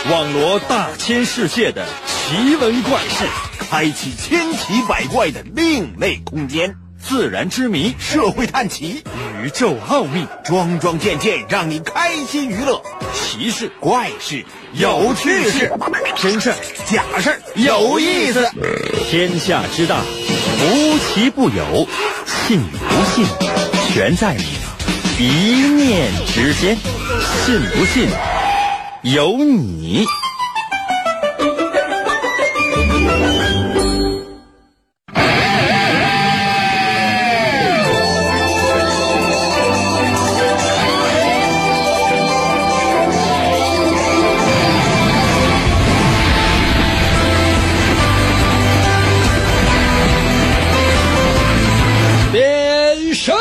网罗大千世界的奇闻怪事，开启千奇百怪的另类空间，自然之谜， 社会探奇， 宇宙奥秘， 桩桩件件让你开心娱乐， 奇事怪事有趣事， 真事假事有意思。 天下之大，无奇不有，信与不信全在你一念之间，信不信由你。 变身！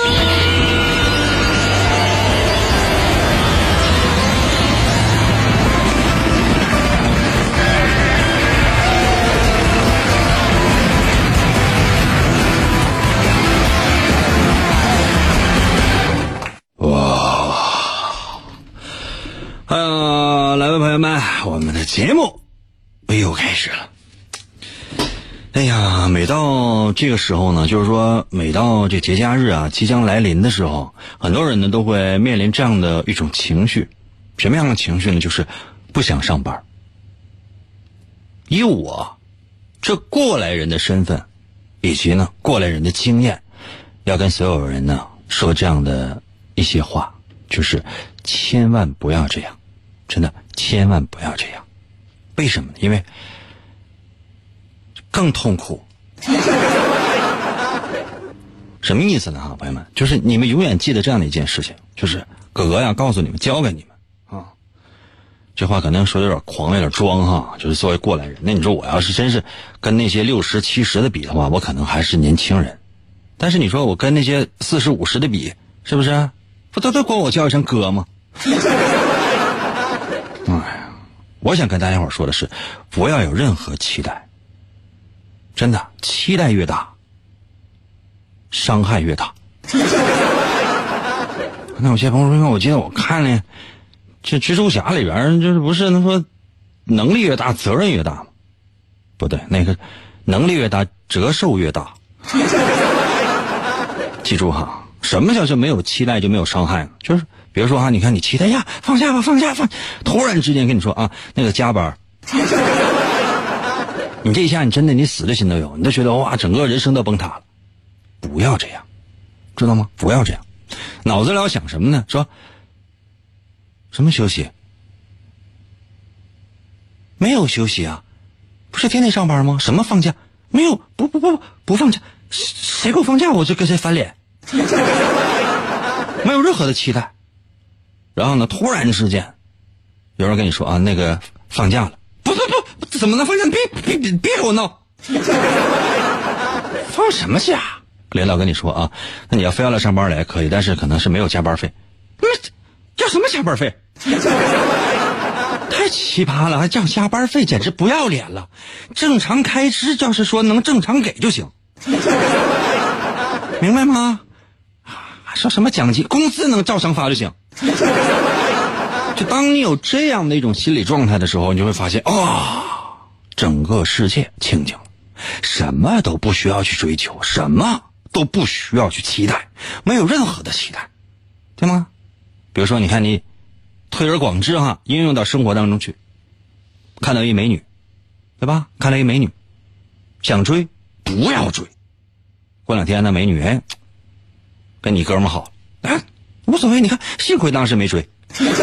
来吧，朋友们，我们的节目又开始了。哎呀，每到这个时候呢，就是说每到这节假日啊即将来临的时候，很多人呢都会面临这样的一种情绪。什么样的情绪呢？就是不想上班。以我这过来人的身份以及呢过来人的经验，要跟所有人呢说这样的一些话，就是千万不要这样，真的千万不要这样。为什么呢？因为更痛苦。什么意思呢？朋友们，就是你们永远记得这样的一件事情，就是哥哥呀告诉你们，教给你们啊。这话可能说有点狂，有点装哈，就是作为过来人，那你说我要是真是跟那些60、70的比的话，我可能还是年轻人。但是你说我跟那些40、50的比，是不是？不都管我叫一声哥吗？我想跟大家伙说的是，不要有任何期待。真的，期待越大，伤害越大。那有些朋友说，我记得我看了这蜘蛛侠里边，就是不是能说能力越大责任越大吗？不对，那个能力越大折寿越大。记住哈，什么叫做没有期待就没有伤害呢？就是比如说哈，你看你期待呀，放假吧，放假，突然之间跟你说啊，那个加班。你这一下你真的你死的心都有，你都觉得哇整个人生都崩塌了。不要这样，知道吗？不要这样。脑子里要想什么呢？说什么休息？没有休息啊，不是天天上班吗？什么放假？没有，不放假，谁给我放假我就跟谁翻脸。没有任何的期待。然后呢，突然之间有人跟你说啊，那个放假了。不，怎么能放假？别给我闹！放什么假？领导跟你说啊，那你要非要来上班来可以，但是可能是没有加班费。叫什么加班费？太奇葩了，还叫加班费，简直不要脸了！正常开支要是说能正常给就行，明白吗？说什么奖金，工资能照常发就行。就当你有这样的一种心理状态的时候，你就会发现整个世界清静了，什么都不需要去追求，什么都不需要去期待，没有任何的期待，对吗？比如说你看你推而广之哈，应用到生活当中去，看到一美女，对吧？看到一美女想追不要追，过两天那美女跟你哥们好，无所谓，你看幸亏当时没追。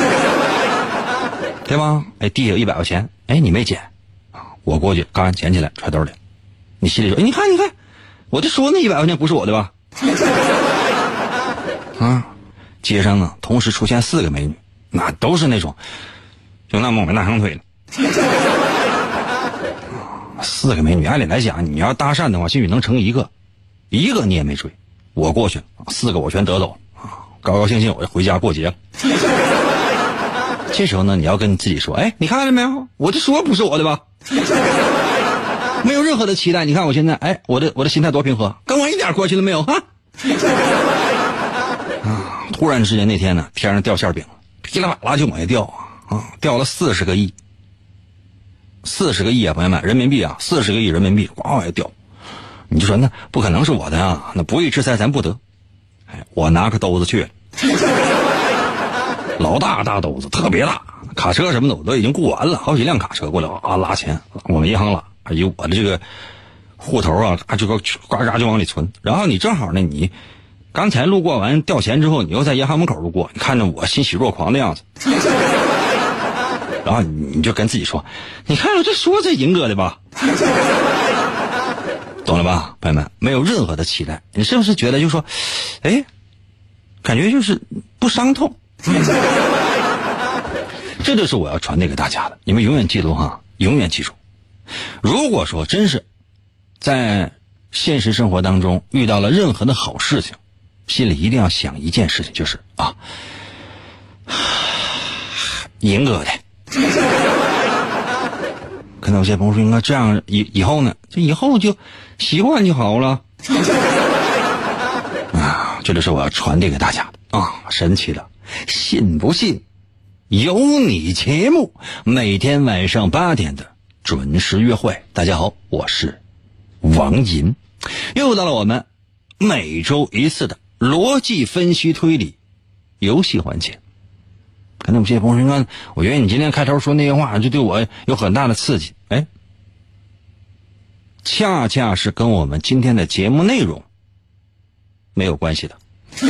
对吧？地下有100块钱，你没捡，我过去刚捡起来揣兜里，你心里说，你看，我就说那100块钱不是我的吧？街上呢，同时出现4个美女，那都是那种就那猛的大长腿的。4个美女，按理来讲，你要搭讪的话，兴许能成一个你也没追，我过去了，4个我全得走了，高高兴兴我就回家过节了。这时候呢，你要跟你自己说，你看见没有？我就说不是我的吧？没有任何的期待。你看我现在，我的心态多平和，跟我一点关系都没有哈。突然之间那天呢，天上掉馅饼，噼里啪啦就往下掉掉了40个亿， 40个亿啊，朋友们，人民币啊，40个亿人民币，哇往下掉。你就说那不可能是我的啊，那不义之财咱不得。哎，我拿个兜子去了，老大兜子，特别大，卡车什么的我都已经雇完了，好几辆卡车过来啊拉钱，我们银行拉，以我的这个户头啊，就呱呱就往里存。然后你正好呢，你刚才路过完掉钱之后，你又在银行门口路过，你看着我欣喜若狂的样子，然后你就跟自己说，你看我这说这银哥的吧。懂了吧，朋友们，没有任何的期待，你是不是觉得就说，哎，感觉就是不伤痛？这就是我要传递给大家的，你们永远记住哈，永远记住。如果说真是在现实生活当中遇到了任何的好事情，心里一定要想一件事情，就是啊，银哥的。可能有些朋友说，应该这样以后呢，就以后就习惯就好了。啊，这就是我要传递给大家的啊，神奇的，信不信有你节目，每天晚上8点的准时约会。大家好，我是王银，又到了我们每周一次的逻辑分析推理游戏环节。可能有些朋友说，我觉得你今天开头说那些话就对我有很大的刺激，哎，恰恰是跟我们今天的节目内容没有关系的。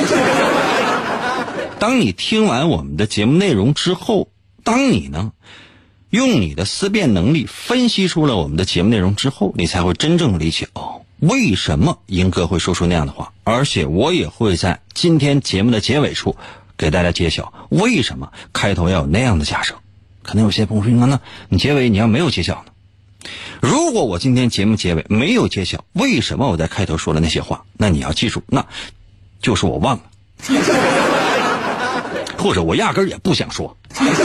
当你听完我们的节目内容之后，当你呢用你的思辨能力分析出了我们的节目内容之后，你才会真正理解为什么英哥会说出那样的话，而且我也会在今天节目的结尾处给大家揭晓为什么开头要有那样的假设。可能有些朋友说，那你结尾你要没有揭晓呢？如果我今天节目结尾没有揭晓为什么我在开头说了那些话，那你要记住，那就是我忘了，或者我压根儿也不想说。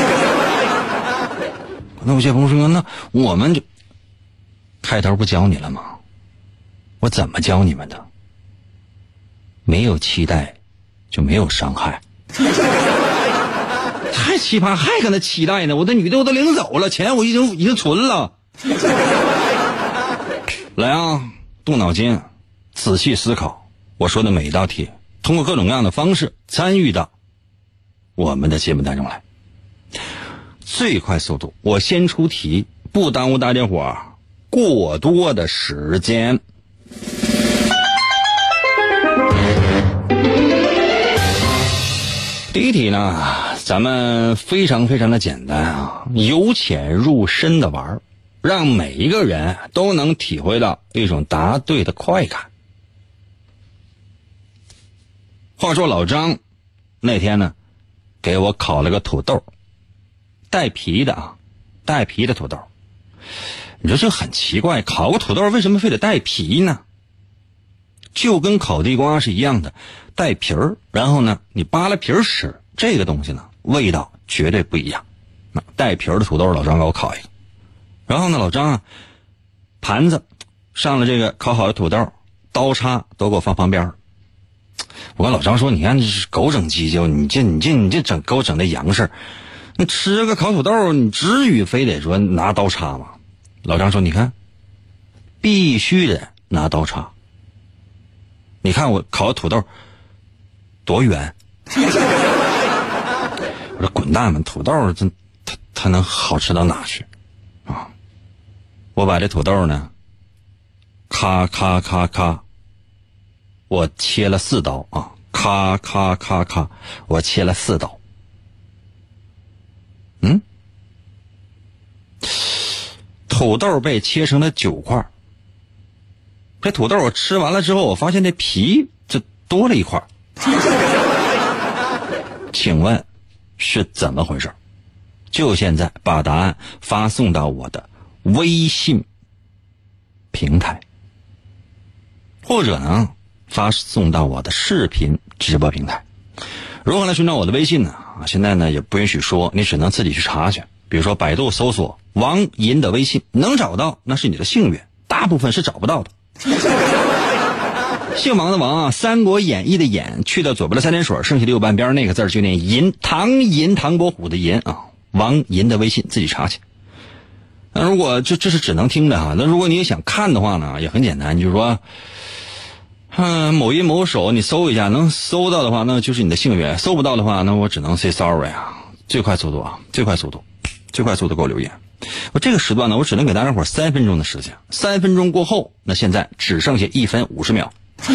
那有些朋友说，那我们就开头不教你了吗？我怎么教你们的？没有期待就没有伤害。太奇葩，还搁那期待呢？我的女的我都领走了，钱我已经存了。来啊，动脑筋，仔细思考我说的每一道题，通过各种各样的方式参与到我们的节目当中来。最快速度，我先出题，不耽误大家伙过多的时间。第一题呢，咱们非常非常的简单啊，由浅入深的玩，让每一个人都能体会到一种答对的快感。话说老张那天呢，给我烤了个土豆，带皮的啊，带皮的土豆。你说这很奇怪，烤个土豆为什么非得带皮呢？就跟烤地瓜是一样的，带皮儿，然后呢你扒了皮儿吃，这个东西呢味道绝对不一样。带皮儿的土豆老张给我烤一个，然后呢老张盘子上了这个烤好的土豆，刀叉都给我放旁边。我跟老张说，你看这是狗整鸡就，你这整给我整那洋事，你吃个烤土豆你至于非得说拿刀叉吗？老张说，你看必须得拿刀叉，你看我烤的土豆多圆。我说滚蛋吧，土豆它能好吃到哪去啊？我把这土豆呢咔咔咔咔我切了4刀啊，咔咔咔咔我切了4刀。土豆被切成了9块。这土豆我吃完了之后，我发现这皮就多了一块。请问是怎么回事？就现在把答案发送到我的微信平台，或者呢发送到我的视频直播平台。如何来寻找我的微信呢？现在呢也不允许说，你只能自己去查去。比如说百度搜索王银的微信，能找到那是你的幸运，大部分是找不到的。姓王的王啊，三国演义的演，去掉左边的3点水，剩下的右半边那个字就念银，唐银，唐伯虎的银啊。王银的微信自己查去。 那如果这是只能听的哈，那如果你也想看的话呢，也很简单，就是说某音某手你搜一下，能搜到的话那就是你的幸运，搜不到的话那我只能 say sorry 啊。最快速度给我留言。我这个时段呢，我只能给大家伙3分钟的时间，3分钟过后，那现在只剩下1分50秒。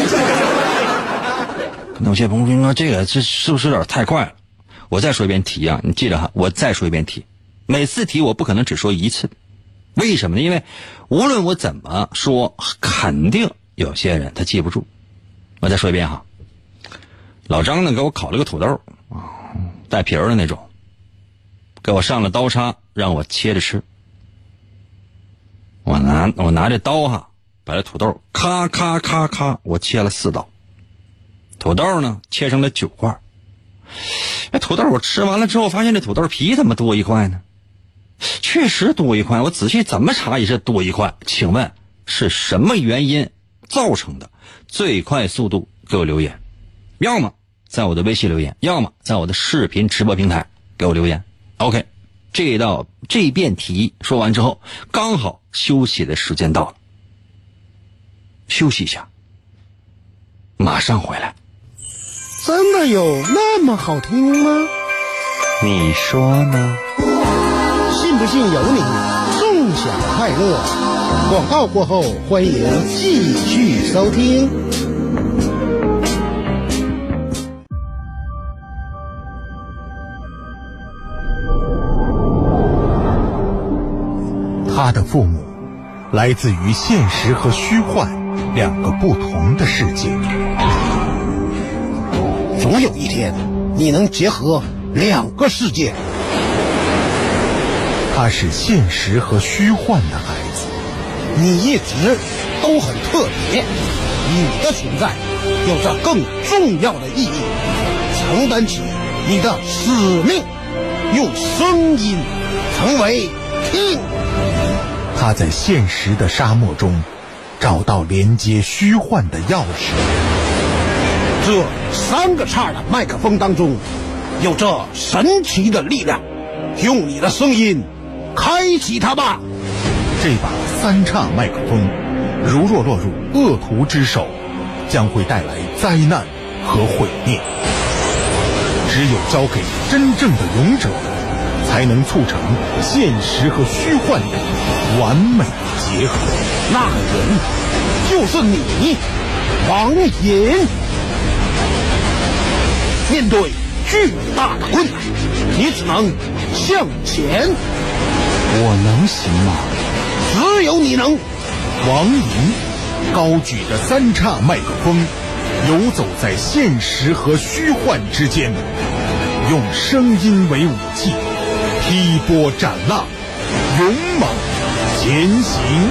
那有些朋友说这是不是有点太快了？我再说一遍题啊，你记着哈，我再说一遍题，每次题我不可能只说一次。为什么呢？因为无论我怎么说，肯定有些人他记不住。我再说一遍哈，老张呢给我烤了个土豆带皮儿的那种，给我上了刀叉让我切着吃。我拿着刀哈，把这土豆咔咔咔咔我切了4刀，土豆呢切成了9块。土豆我吃完了之后发现这土豆皮怎么多1块呢？确实多1块，我仔细怎么查也是多1块。请问是什么原因造成的？最快速度给我留言，要么在我的微信留言，要么在我的视频直播平台给我留言。 OK， 这遍题说完之后，刚好休息的时间到了，休息一下，马上回来。 真的有那么好听吗？ 你说呢？ 信不信由你，纵享快乐。广告过后，欢迎继续收听。 他的父母来自于现实和虚幻2个不同的世界。 总有一天，你能结合2个世界。 他是现实和虚幻的孩子， 你一直都很特别，你的存在有着更重要的意义，承担起你的使命，用声音成为 King。 他在现实的沙漠中找到连接虚幻的钥匙。 这3个叉的麦克风当中有着神奇的力量，用你的声音开启它吧。 这把3叉麦克风如若落入恶徒之手，将会带来灾难和毁灭。只有交给真正的勇者，才能促成现实和虚幻的完美结合。 那个人就是你，王银。面对巨大的困难，你只能向前。 我能行吗？ 只有你能。 王银高举着3叉麦克风，游走在现实和虚幻之间，用声音为武器，劈波斩浪，勇猛前行。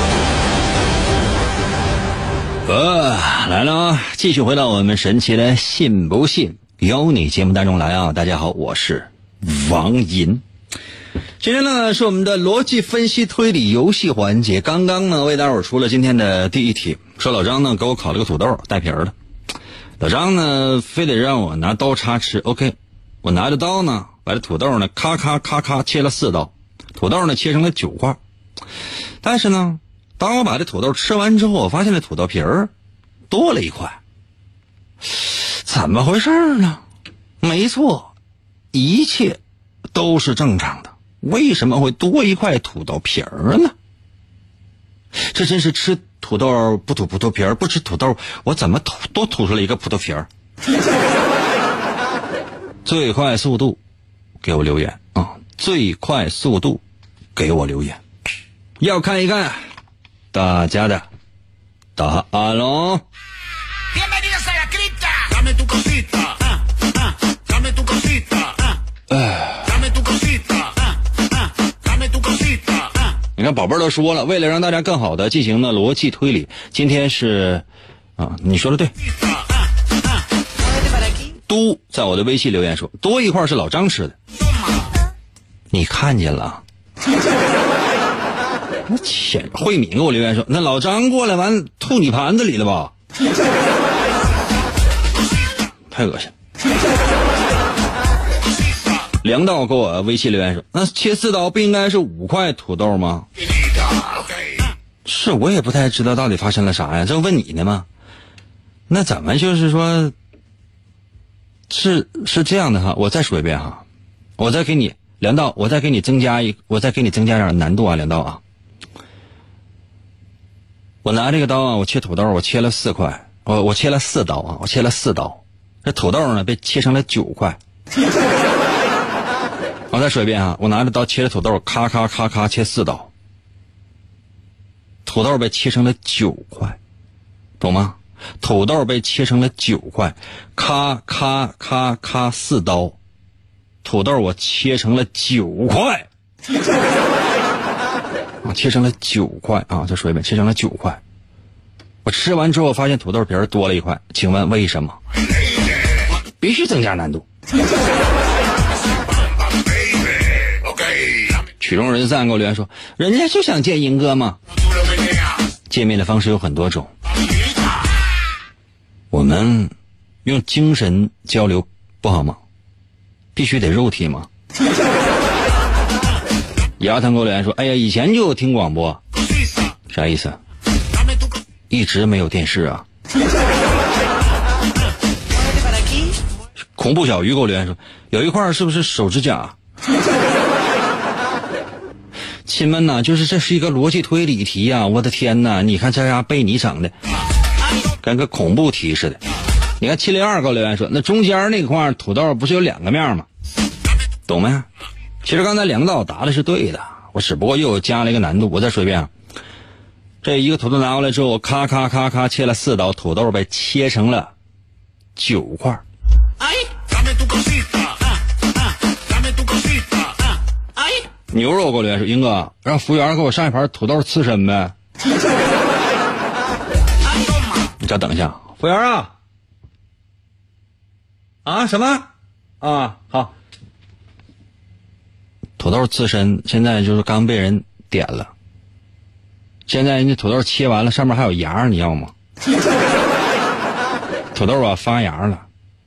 来了啊！继续回到我们神奇的信不信由你节目当中来啊！大家好，我是王银。今天呢是我们的逻辑分析推理游戏环节，刚刚呢为大伙儿出了今天的第一题，说老张呢给我烤了个土豆带皮儿的，老张呢非得让我拿刀叉吃 ，OK， 我拿着刀呢把这土豆呢咔咔咔咔切了4刀，土豆呢切成了9块，但是呢当我把这土豆吃完之后，我发现这土豆皮儿多了1块，怎么回事呢？没错，一切都是正常的，为什么会多1块土豆皮儿呢？这真是吃土豆不吐葡萄皮儿，不吃土豆我怎么多吐出来一个葡萄皮儿？最快速度给我留言啊！最快速度给我留言，要看一看大家的答案喽。你看宝贝儿都说了，为了让大家更好的进行呢逻辑推理，今天是你说的对。都在我的微信留言说多1块是老张吃的，你看见了？那钱慧敏给我留言说，那老张过来完吐你盘子里了吧？太恶心。 梁道给我微信留言说，那切4刀不应该是5块土豆吗？是，我也不太知道到底发生了啥呀，这问你呢吗？那怎么就是说是这样的哈，我再说一遍哈，我再给你梁道，我再给你增加点难度啊，梁道啊。我拿这个刀啊，我切土豆，我切了4块，我切了4刀啊，我切了4刀，这土豆呢被切成了9块。我再说一遍啊，我拿着刀切了土豆，咔咔咔咔切4刀，土豆被切成了9块，懂吗？土豆被切成了9块，咔咔咔咔4刀，土豆我切成了9块。切成了9块啊！再说一遍，切成了9块。我吃完之后发现土豆皮儿多了1块，请问为什么？必须增加难度。曲终人散给我留言说，人家就想见英哥嘛。见面的方式有很多种，我们用精神交流不好吗？必须得肉体吗？牙疼给我留言说，哎呀，以前就有听广播，啥意思？一直没有电视啊。恐怖小鱼给我留言说，有一块是不是手指甲？亲们呐，就是这是一个逻辑推理题啊！我的天呐，你看这家被你整的跟个恐怖题似的。你看702给我留言说，那中间那块土豆不是有2个面吗？懂没？其实刚才梁道答的是对的，我只不过又加了一个难度。我再说一遍啊，这一个土豆拿过来之后，我咔咔咔咔切了4刀，土豆被切成了9块。牛肉给我留言说，英哥让服务员给我上一盘土豆刺身呗。你稍等一下，服务员啊什么啊？好，土豆刺身现在就是刚被人点了，现在人家土豆切完了，上面还有芽，你要吗？土豆啊发芽了，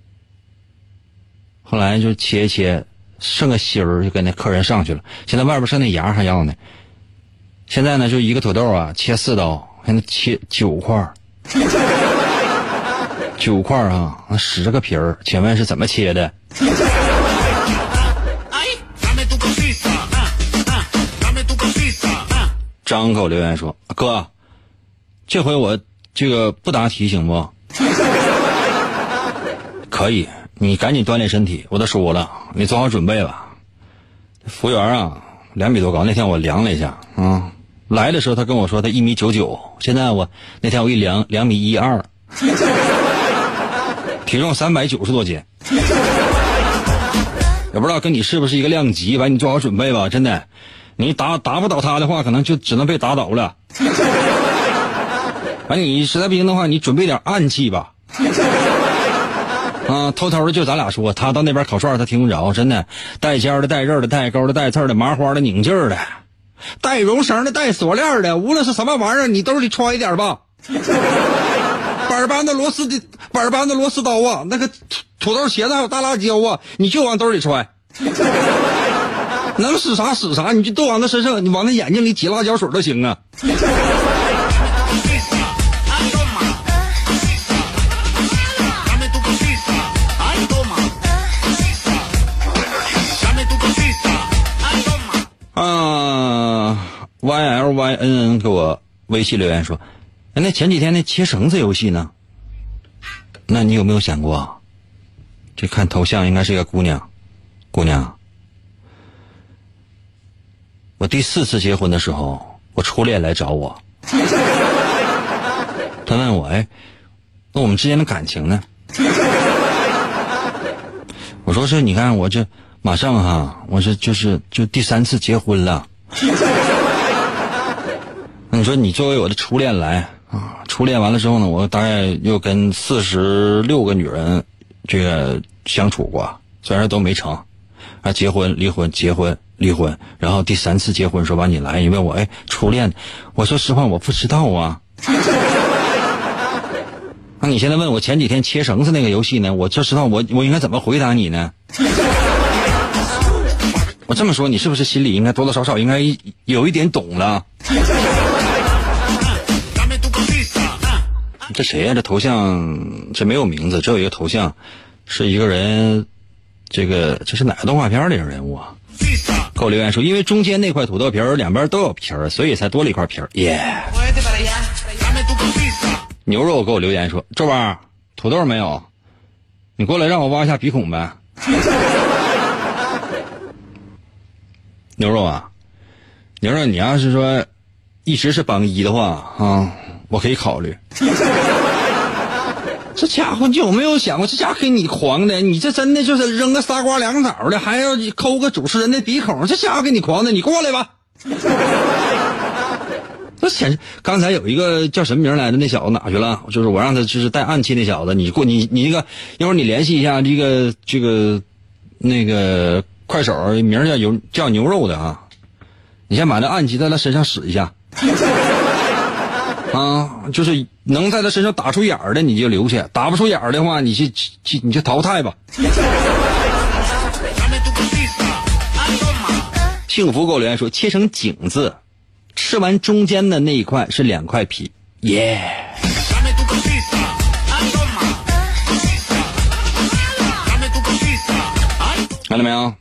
后来就切一切，剩个芯儿就跟那客人上去了，现在外边剩那芽还要呢。现在呢就一个土豆啊切4刀，现在切9块，9块啊，10个皮儿，请问是怎么切的？张口留言说，哥，这回我这个不答题行不？可以，你赶紧锻炼身体，我都说了，你做好准备吧。服务员啊2米多高，那天我量了一下啊，来的时候他跟我说他1.99米，现在那天我一量2.12米，体重390多斤，也不知道跟你是不是一个量级，反正你做好准备吧，真的，你打不倒他的话，可能就只能被打倒了。反正你实在不行的话，你准备点暗器吧。啊，偷偷的就咱俩说，他到那边烤串他听不着，真的，带尖的、带刃的、带钩的、带刺的、麻花的、拧劲儿的、带绒绳的、带锁链的，无论是什么玩意儿，你兜里揣一点吧。板板的螺丝刀啊，那个土豆茄子还有大辣椒啊，你就往兜里揣。能使啥使啥，你就都往他身上，你往他眼睛里挤辣椒水都行啊。YLYNN 给我微信留言说，那前几天那切绳子游戏呢？那你有没有想过，这看头像应该是一个姑娘，我第4次结婚的时候，我初恋来找我，他问我，那我们之间的感情呢？我说是，你看我这马上哈，我这就第3次结婚了。你说你作为我的初恋来啊，初恋完了之后呢，我大概又跟46个女人这个相处过，虽然都没成，啊，结婚离婚结婚离婚，然后第3次结婚说完你来，因为我初恋，我说实话我不知道啊。那你现在问我前几天切绳子那个游戏呢，我就知道我应该怎么回答你呢？ 我这么说，你是不是心里应该多多少少应该有一点懂了？这谁呀？这头像这没有名字，只有一个头像，是一个人。这是哪个动画片里的人物啊？给我留言说，因为中间那块土豆皮儿两边都有皮儿，所以才多了一块皮儿。耶！牛肉给我留言说，这玩意儿土豆没有，你过来让我挖一下鼻孔呗。牛肉啊，牛肉，你要是说一直是榜一的话啊，我可以考虑。这家伙，你有没有想过，这家伙给你狂的，你这真的就是扔个仨瓜两枣的，还要抠个主持人的鼻孔，这家伙给你狂的，你过来吧。这刚才有一个叫什么名来的那小子哪去了？就是我让他就是带暗器那小子，你那个一会儿你联系一下这个那个快手名叫牛肉的啊，你先把那暗器在他身上使一下。啊，就是能在他身上打出眼儿的你就留下，打不出眼儿的话你就淘汰吧。幸福给我留言说，切成井字，吃完中间的那一块是2块皮。耶、看到没有？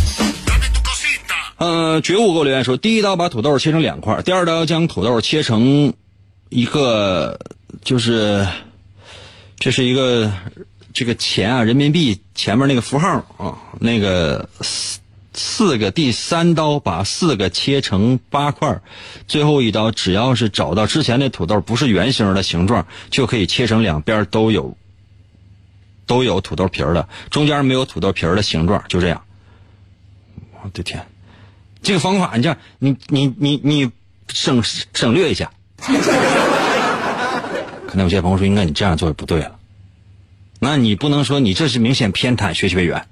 觉悟给我留言说，第一刀把土豆切成2块，第二刀将土豆切成一个，就是这是一个这个钱啊，人民币前面那个符号啊，那个4个，第3刀把4个切成8块，最后一刀只要是找到之前那土豆不是圆形的形状，就可以切成两边都有土豆皮的，中间没有土豆皮的形状，就这样。我的天，这个方法你这样，你省略一下。可能有些朋友说，应该你这样做也不对了，那你不能说你这是明显偏袒学习委员。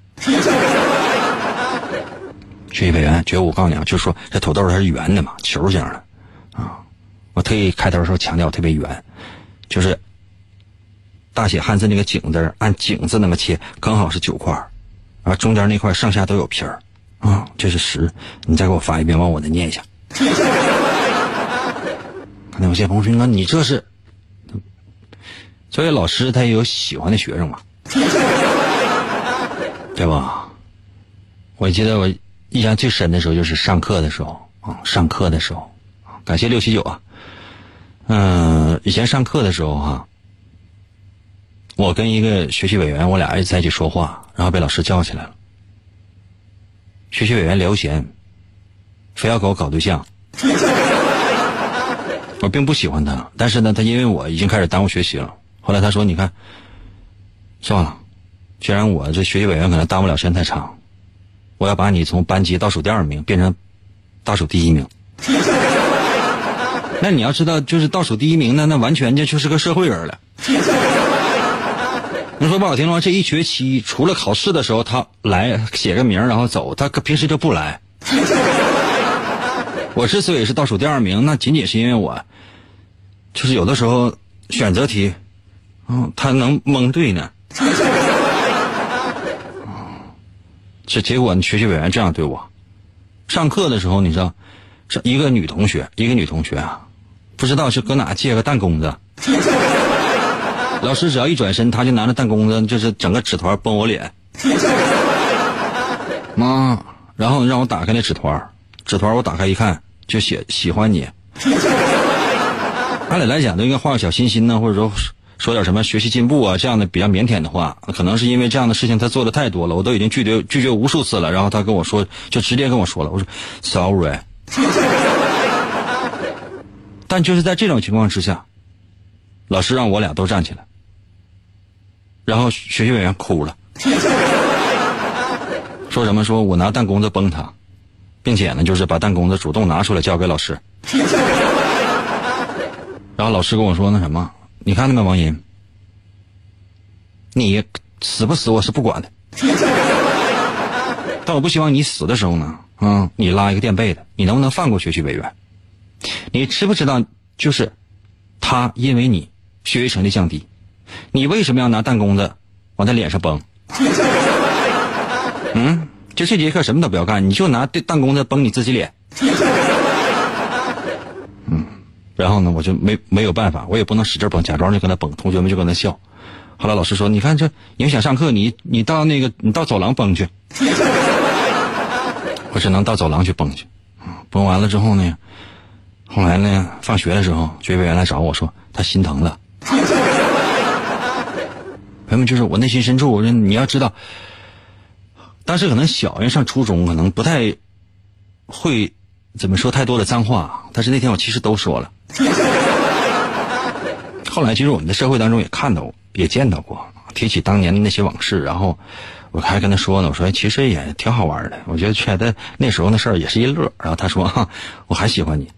学习委员觉得我告诉你啊，就是说这土豆它是圆的嘛，球形的啊。我特意开头的时候强调特别圆，就是大写汉字那个井字按井字那么切，刚好是9块，啊，中间那块上下都有皮儿啊，这是10。你再给我发一遍，帮我再念一下。可能有些朋友说，你这是作为老师他也有喜欢的学生嘛，对吧？我记得我印象最深的时候就是上课的时候啊，感谢679啊。以前上课的时候哈，我跟一个学习委员，我俩在一起说话，然后被老师叫起来了。学习委员聊闲，非要给我搞对象。我并不喜欢他，但是呢，他因为我已经开始耽误学习了。后来他说，你看，算了，既然我这学习委员可能耽误了时间太长，我要把你从班级倒数第2名变成倒数第1名。那你要知道，就是倒数第1名呢，那完全就是个社会人了。你说不好听的话，这一学期除了考试的时候他来写个名然后走，他平时就不来。我之所以是倒数第2名，那仅仅是因为我就是有的时候选择题他能蒙对呢。这结果学习委员这样对我。上课的时候你知道，一个女同学啊，不知道是搁哪借个弹弓子，老师只要一转身，他就拿着弹弓子，就是整个纸团崩我脸。然后让我打开那纸团我打开一看，就写喜欢你。按理来讲都应该画个小心心呢，或者说点什么学习进步啊这样的比较腼腆的话。可能是因为这样的事情他做的太多了，我都已经拒绝无数次了，然后他跟我说，就直接跟我说了，我说 sorry。 但就是在这种情况之下，老师让我俩都站起来，然后学习委员哭了，说什么说我拿弹弓子崩他，并且呢就是把弹弓子主动拿出来交给老师。然后老师跟我说那什么，你看那个王银，你死不死我是不管的，但我不希望你死的时候呢你拉一个垫背的，你能不能放过学习委员？你知不知道，就是他因为你学习成绩降低，你为什么要拿弹弓子往他脸上崩？ 就这节课什么都不要干，你就拿弹弓子崩你自己脸。然后呢，我就没有办法，我也不能使劲崩，假装就跟他崩，同学们就跟他笑。后来老师说，你看这影响上课，你到走廊崩去。我只能到走廊去崩去。崩完了之后呢，后来呢，放学的时候，学委员来找我说他心疼了。朋友们，就是我内心深处，我说你要知道，当时可能小，因为上初中，可能不太会怎么说太多的脏话，但是那天我其实都说了。后来其实我们在社会当中也看到也见到过，提起当年的那些往事，然后我还跟他说呢，我说其实也挺好玩的，我觉得那时候那事儿也是一乐。然后他说我还喜欢你。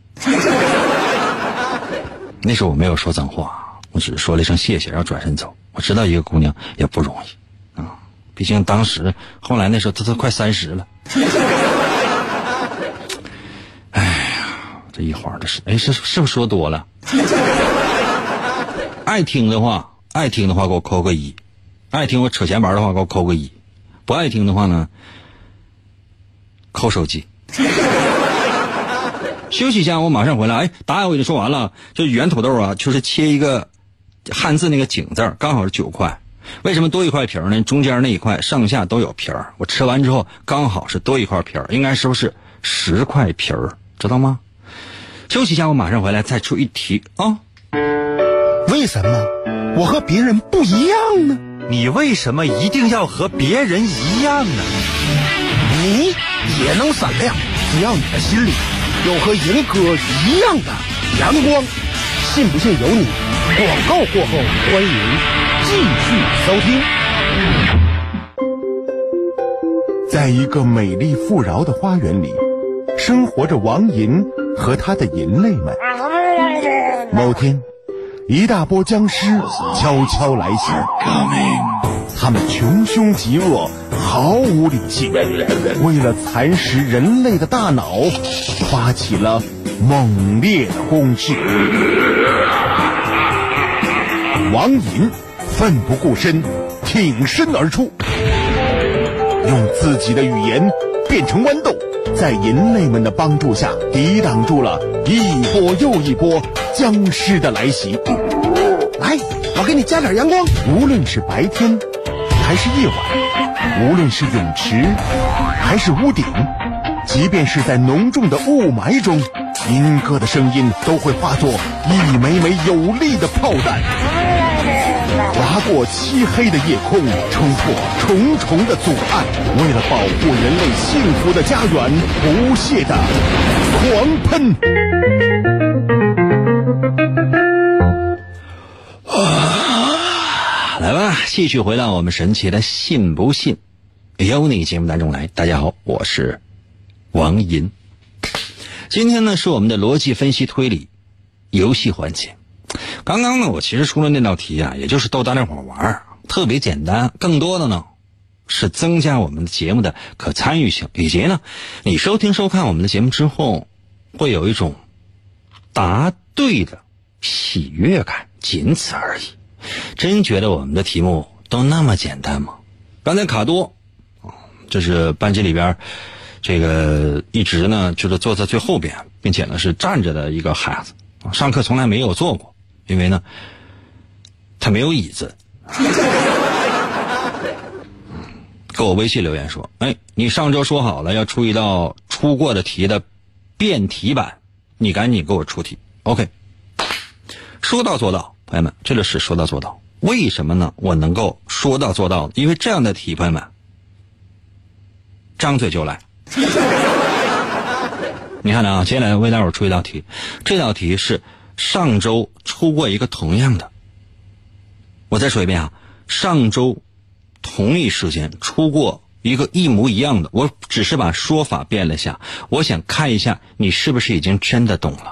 那时候我没有说脏话，我只是说了一声谢谢，然后转身走。我知道一个姑娘也不容易啊，毕竟当时后来那时候她都快30了。哎呀，这一会儿的事，是不是说多了？爱听的话给我扣个1，爱听我扯闲玩的话给我扣个1，不爱听的话呢，扣手机。休息一下，我马上回来。答案我已经说完了，就圆土豆啊，就是切一个汉字那个井字，刚好是9块。为什么多一块皮呢？中间那一块上下都有皮儿，我吃完之后刚好是多一块皮儿，应该是不是10块皮儿，知道吗？休息一下，我马上回来再出一题啊。 为什么我和别人不一样呢？ 你为什么一定要和别人一样呢？ 你也能闪亮，只要你的心里有和银哥一样的阳光。信不信由你。广告过后，欢迎继续收听。 在一个美丽富饶的花园里，生活着王银和他的银类们。某天，一大波僵尸悄悄来袭，他们穷凶极恶，毫无理性，为了蚕食人类的大脑，发起了猛烈的攻势。王银奋不顾身，挺身而出，用自己的语言变成豌豆，在银类们的帮助下抵挡住了一波又一波僵尸的来袭。 来，我给你加点阳光。 无论是白天还是夜晚，无论是泳池还是屋顶，即便是在浓重的雾霾中，银哥的声音都会化作一枚枚有力的炮弹，划过漆黑的夜空，冲破重重的阻碍，为了保护人类幸福的家园，不懈的狂喷。 来吧，继续回到我们神奇的信不信由你节目当中来。大家好，我是王银。今天呢是我们的逻辑分析推理游戏环节。刚刚呢我其实出了那道题啊，也就是逗大家伙玩，特别简单。更多的呢是增加我们的节目的可参与性，以及呢你收听收看我们的节目之后会有一种答对的喜悦感，仅此而已。真觉得我们的题目都那么简单吗？刚才卡多这是班级里边这个一直呢就是坐在最后边，并且呢是站着的一个孩子，上课从来没有坐过，因为呢他没有椅子。给我微信留言说，你上周说好了要出一道出过的题的变题版，你赶紧给我出题。 OK， 说到做到，朋友们，这就是说到做到。为什么呢？我能够说到做到，因为这样的题，朋友们张嘴就来。你看啊，接下来为大伙出一道题，这道题是上周出过一个同样的，我再说一遍啊，上周同一时间出过一个一模一样的，我只是把说法变了下，我想看一下你是不是已经真的懂了。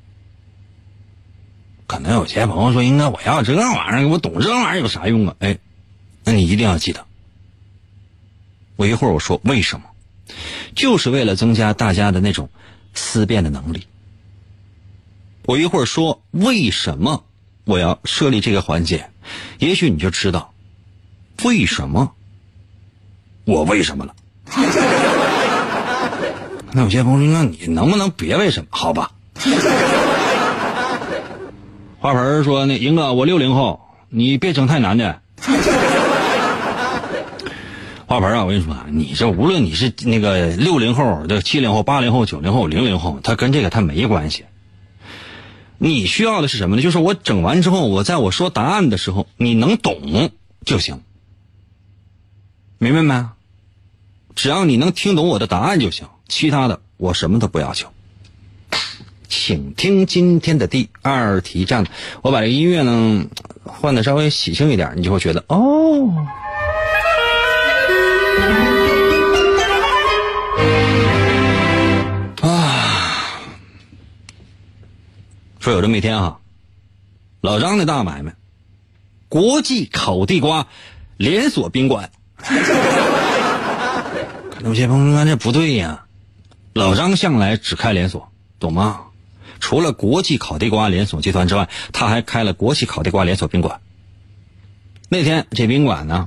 可能有些朋友说，应该我要这玩意儿，我懂这玩意儿有啥用啊？那你一定要记得，我一会儿我说为什么，就是为了增加大家的那种思辨的能力。我一会儿说为什么我要设立这个环节，也许你就知道为什么我为什么了。 那有些朋友说，那你能不能别为什么？好吧。花盆说，那英哥，我60后，你别整太难的。花盆啊，我跟你说，你这无论你是那个60后、这70后、80后、90后、00后，它跟这个它没关系。你需要的是什么呢？就是我整完之后，我在我说答案的时候，你能懂就行，明白没？只要你能听懂我的答案就行，其他的我什么都不要求。请听今天的第2题站，我把这个音乐呢换的稍微喜庆一点，你就会觉得哦。说有这么一天啊，老张的大买卖，国际烤地瓜连锁宾馆。有些朋友说这不对呀，老张向来只开连锁，懂吗？除了国际烤地瓜连锁集团之外，他还开了国际烤地瓜连锁宾馆。那天这宾馆呢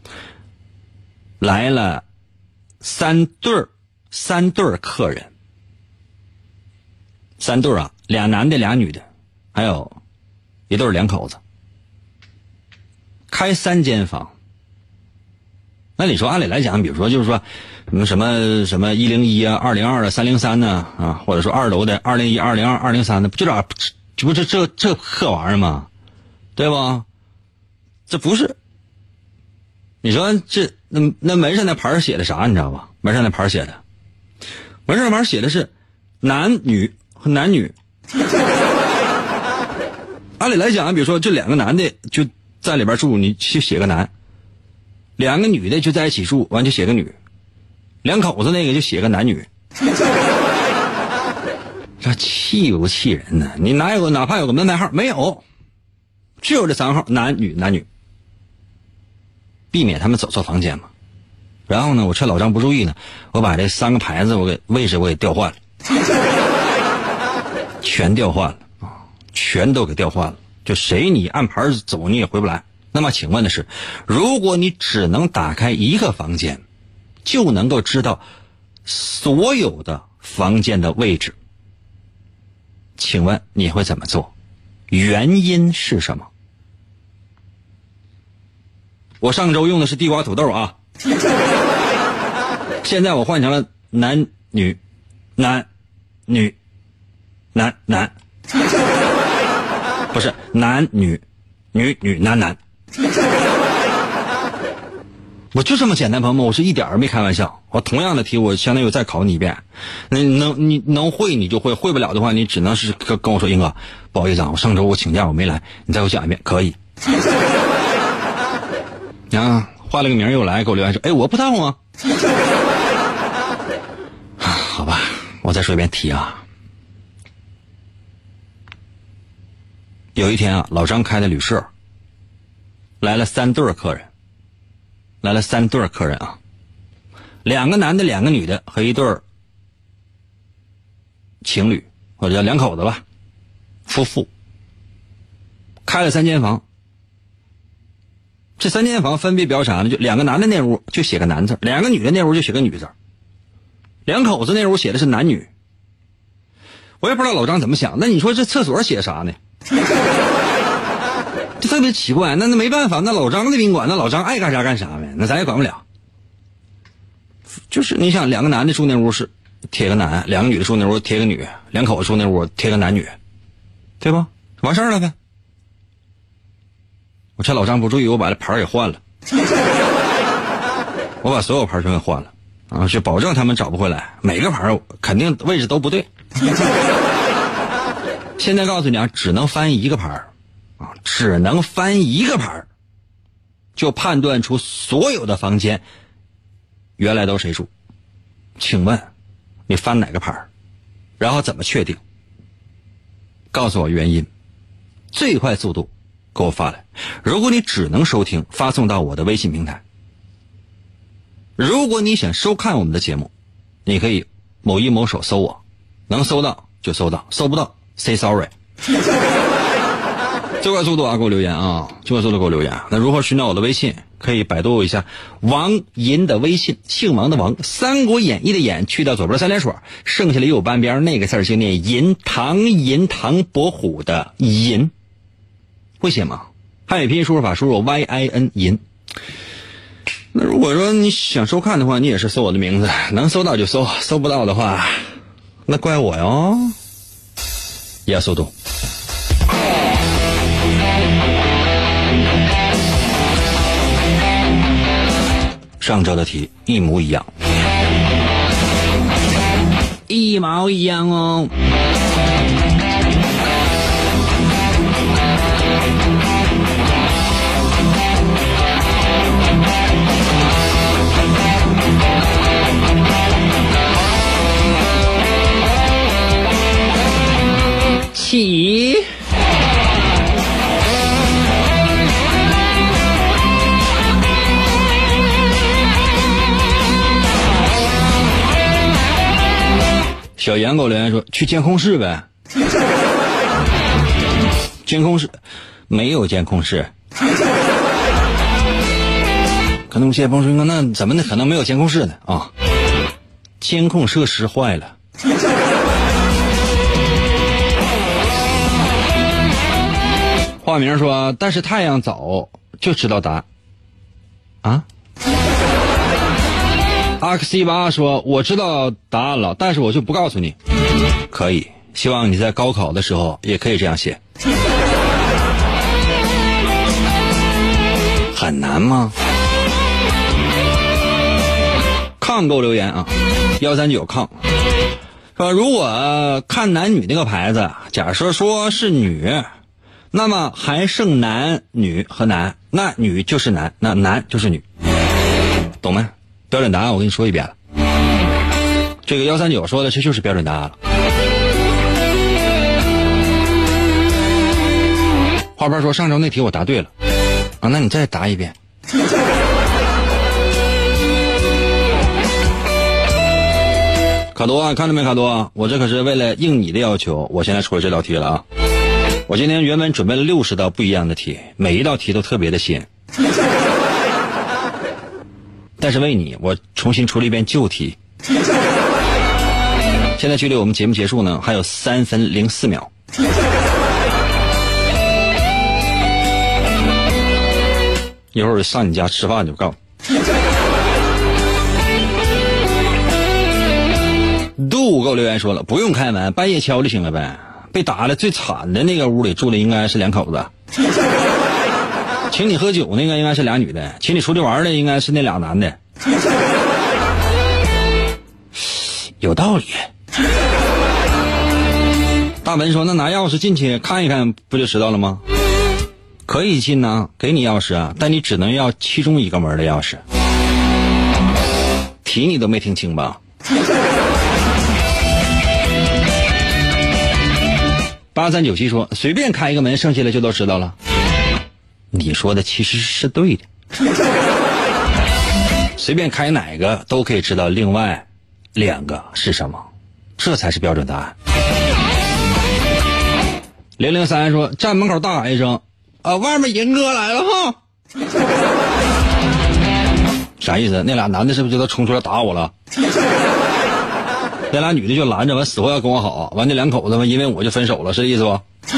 来了三对客人，3对啊，2男的2女的，还有1对2口子，开3间房。那你说按理来讲，比如说就是说什么101啊、202啊、303呢啊，或者说2楼的201、202、203的，不就这破玩意儿吗？对吧？这不是。你说这那门上那牌写的啥？你知道吧？门上那牌写的是男女和男女。按理来讲，比如说这2个男的就在里边住，你去写个男；2个女的就在一起住，完就写个女；2口子那个就写个男女。这气不气人呢？你哪怕有个门牌号没有，只有这3号男女，避免他们走错房间嘛。然后呢，我趁老张不注意呢，我把这3个牌子位置我给调换了。全调换了啊，全都给调换了。就谁你按牌走你也回不来。那么请问的是，如果你只能打开一个房间，就能够知道所有的房间的位置，请问你会怎么做？原因是什么？我上周用的是地瓜土豆啊，现在我换成了男女，不是男女男。我就这么简单，朋友们，我是一点儿没开玩笑。我同样的题，我相当于再考你一遍。你能会你就会，会不了的话，你只能是跟我说，英哥，不好意思啊，我上周我请假我没来，你再给我讲一遍，可以。啊，换了个名又来给我留言说，哎，我不到啊。好吧，我再说一遍题啊。有一天啊，老张开的旅社来了3对客人，啊，2个男的2个女的和1对情侣，或者叫2口子吧，夫妇，开了3间房。这3间房分别表啥呢？就2个男的那屋就写个男字，2个女的那屋就写个女字，2口子那屋写的是男女。我也不知道老张怎么想，那你说这厕所写啥呢？这特别奇怪。那没办法，那老张的宾馆，那老张爱干啥干啥呗，那咱也管不了。就是你想，2个男的住那屋是贴个男，2个女的住那屋贴个女，2口子住那屋贴个男女，对吧？完事儿了呗。我趁老张不注意，我把这牌给换了，我把所有牌全给换了啊，就保证他们找不回来。每个牌肯定位置都不对。现在告诉你啊，只能翻一个牌啊，只能翻一个牌，就判断出所有的房间原来都谁住。请问你翻哪个牌？然后怎么确定？告诉我原因，最快速度给我发来。如果你只能收听，发送到我的微信平台。如果你想收看我们的节目，你可以某一某手搜我，能搜到就搜到，搜不到 say sorry。 最快速度啊，给我留言啊！最快速度给我留言。那如何寻找我的微信？ 可以百度一下王银的微信，姓王的王，三国演义的演去掉左边三点水，剩下的右半边那个字就念银，唐伯虎的银，会写吗？汉语拼音输入法输入 YIN 银。那如果说你想收看的话，你也是搜我的名字，能搜到就搜，搜不到的话那怪我哟，也要搜懂。上周的题一模一样，一毛一样哦。起。小严给我留言说去监控室呗。监控室没有监控室。可能谢鹏说那怎么可能没有监控室呢啊？监控设施坏了。化名说但是太阳早就知道答案啊。阿克西巴说我知道答案了，但是我就不告诉你。可以，希望你在高考的时候也可以这样写。很难吗？抗给我留言啊，139抗说如果看男女那个牌子，假设说是女，那么还剩男女和男，那女就是男，那男就是女，懂没？标准答案我跟你说一遍了，这个139说的这就是标准答案了。花瓣说上周那题我答对了啊，那你再答一遍。卡多啊，看到没卡多？我这可是为了应你的要求，我现在出了这道题了啊。我今天原本准备了60道不一样的题，每一道题都特别的新。但是为你，我重新出了一遍旧题。现在距离我们节目结束呢，还有3分04秒。一会儿上你家吃饭就告诉你。杜给我留言说了，不用开门，半夜敲就行了呗。被打的最惨的那个屋里住的应该是2口子。请你喝酒那个应该是俩女的，请你出去玩的应该是那俩男的。有道理。大文说那拿钥匙进去看一看不就知道了吗？可以进呢，给你钥匙啊，但你只能要其中一个门的钥匙。题你都没听清吧？8397说随便开一个门，剩下的就都知道了。你说的其实是对的，随便开哪个都可以知道另外2个是什么，这才是标准答案。003说站门口大喊一声外面银哥来了哈。啥意思？那俩男的是不是就都冲出来打我了？那俩女的就拦着，完死活要跟我好，完这2口子嘛因为我就分手了，是意思不？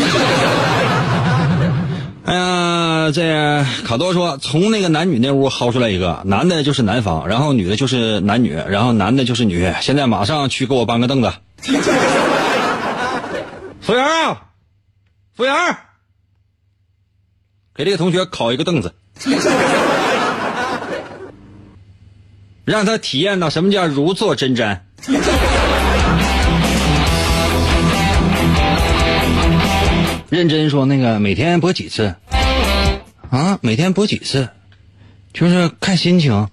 哎呀，这卡多说从那个男女那屋薅出来一个，男的就是男方，然后女的就是男女，然后男的就是女，现在马上去给我搬个凳子。服务员啊，服务员，给这个同学烤一个凳子，让他体验到什么叫如坐针毡。认真说那个每天播几次啊？每天播几次？就是看心情。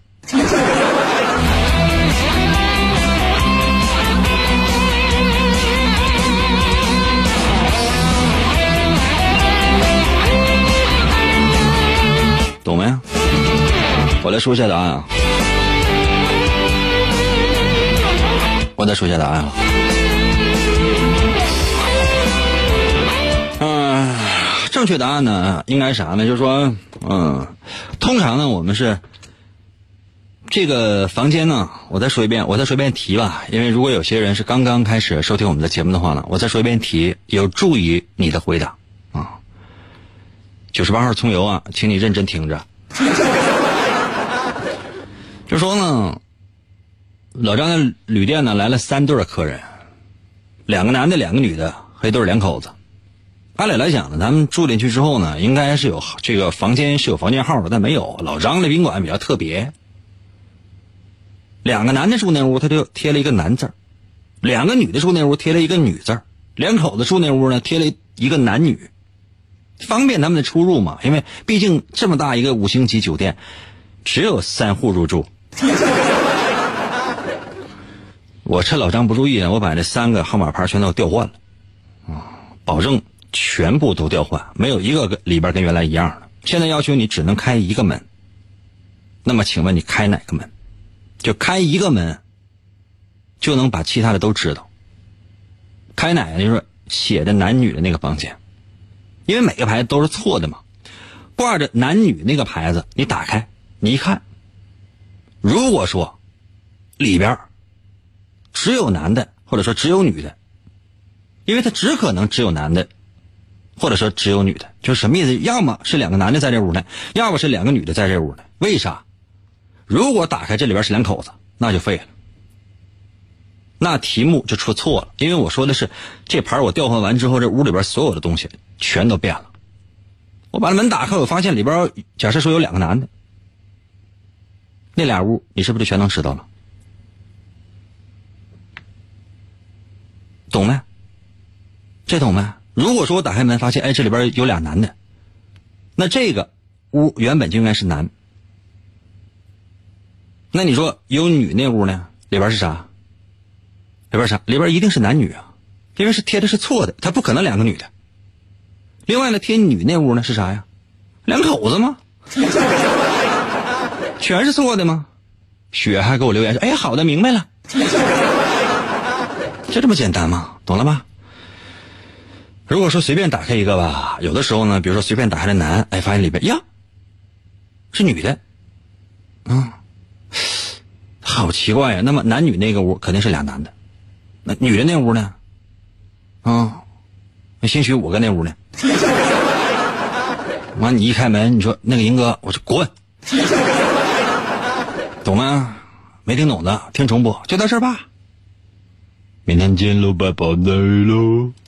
懂没？我来说一下答案啊。我再说一下答案啊。 正确答案呢，应该啥呢？就是说，通常呢，我们是这个房间呢，我再说一遍题吧，因为如果有些人是刚刚开始收听我们的节目的话呢，我再说一遍题，有助于你的回答啊。98号葱油啊，请你认真听着。就说呢，老张的旅店呢来了3对客人，2个男的2个女的，和一对2口子。按理来讲呢，咱们住进去之后呢，应该是有这个房间是有房间号的，但没有。老张的宾馆比较特别，2个男的住那屋他就贴了一个男字，2个女的住那屋贴了一个女字，2口子住那屋呢贴了一个男女，方便他们的出入嘛。因为毕竟这么大一个5星级酒店，只有3户入住。我趁老张不注意呢，我把这3个号码牌全都调换了保证全部都调换，没有一个里边跟原来一样的。现在要求你只能开一个门，那么请问你开哪个门？就开一个门就能把其他的都知道。开哪个就是写的男女的那个房间，因为每个牌子都是错的嘛，挂着男女那个牌子你打开你一看，如果说里边只有男的或者说只有女的，因为它只可能只有男的或者说只有女的，就是什么意思？要么是2个男的在这屋呢，要么是2个女的在这屋呢。为啥？如果打开这里边是2口子，那就废了，那题目就出错了。因为我说的是这盘我调换完之后，这屋里边所有的东西全都变了。我把门打开，我发现里边假设说有2个男的，那俩屋你是不是就全能知道了？懂没？这懂没？如果说我打开门发现这里边有2男的，那这个屋原本就应该是男。那你说有女那屋呢？里边是啥？里边一定是男女啊，因为是贴的是错的，它不可能2个女的。另外呢，贴女那屋呢是啥呀？2口子吗？全是错的吗？雪还给我留言说，哎，好的，明白了。就这么简单吗？懂了吧？如果说随便打开一个吧，有的时候呢，比如说随便打开的男，发现里边呀是女的，好奇怪呀。那么男女那个屋肯定是2男的，那女人那屋呢？那兴许我跟那屋呢。完你一开门，你说那个英哥，我说滚，懂吗？没听懂的听重播，就到这儿吧。明天见喽，拜拜喽。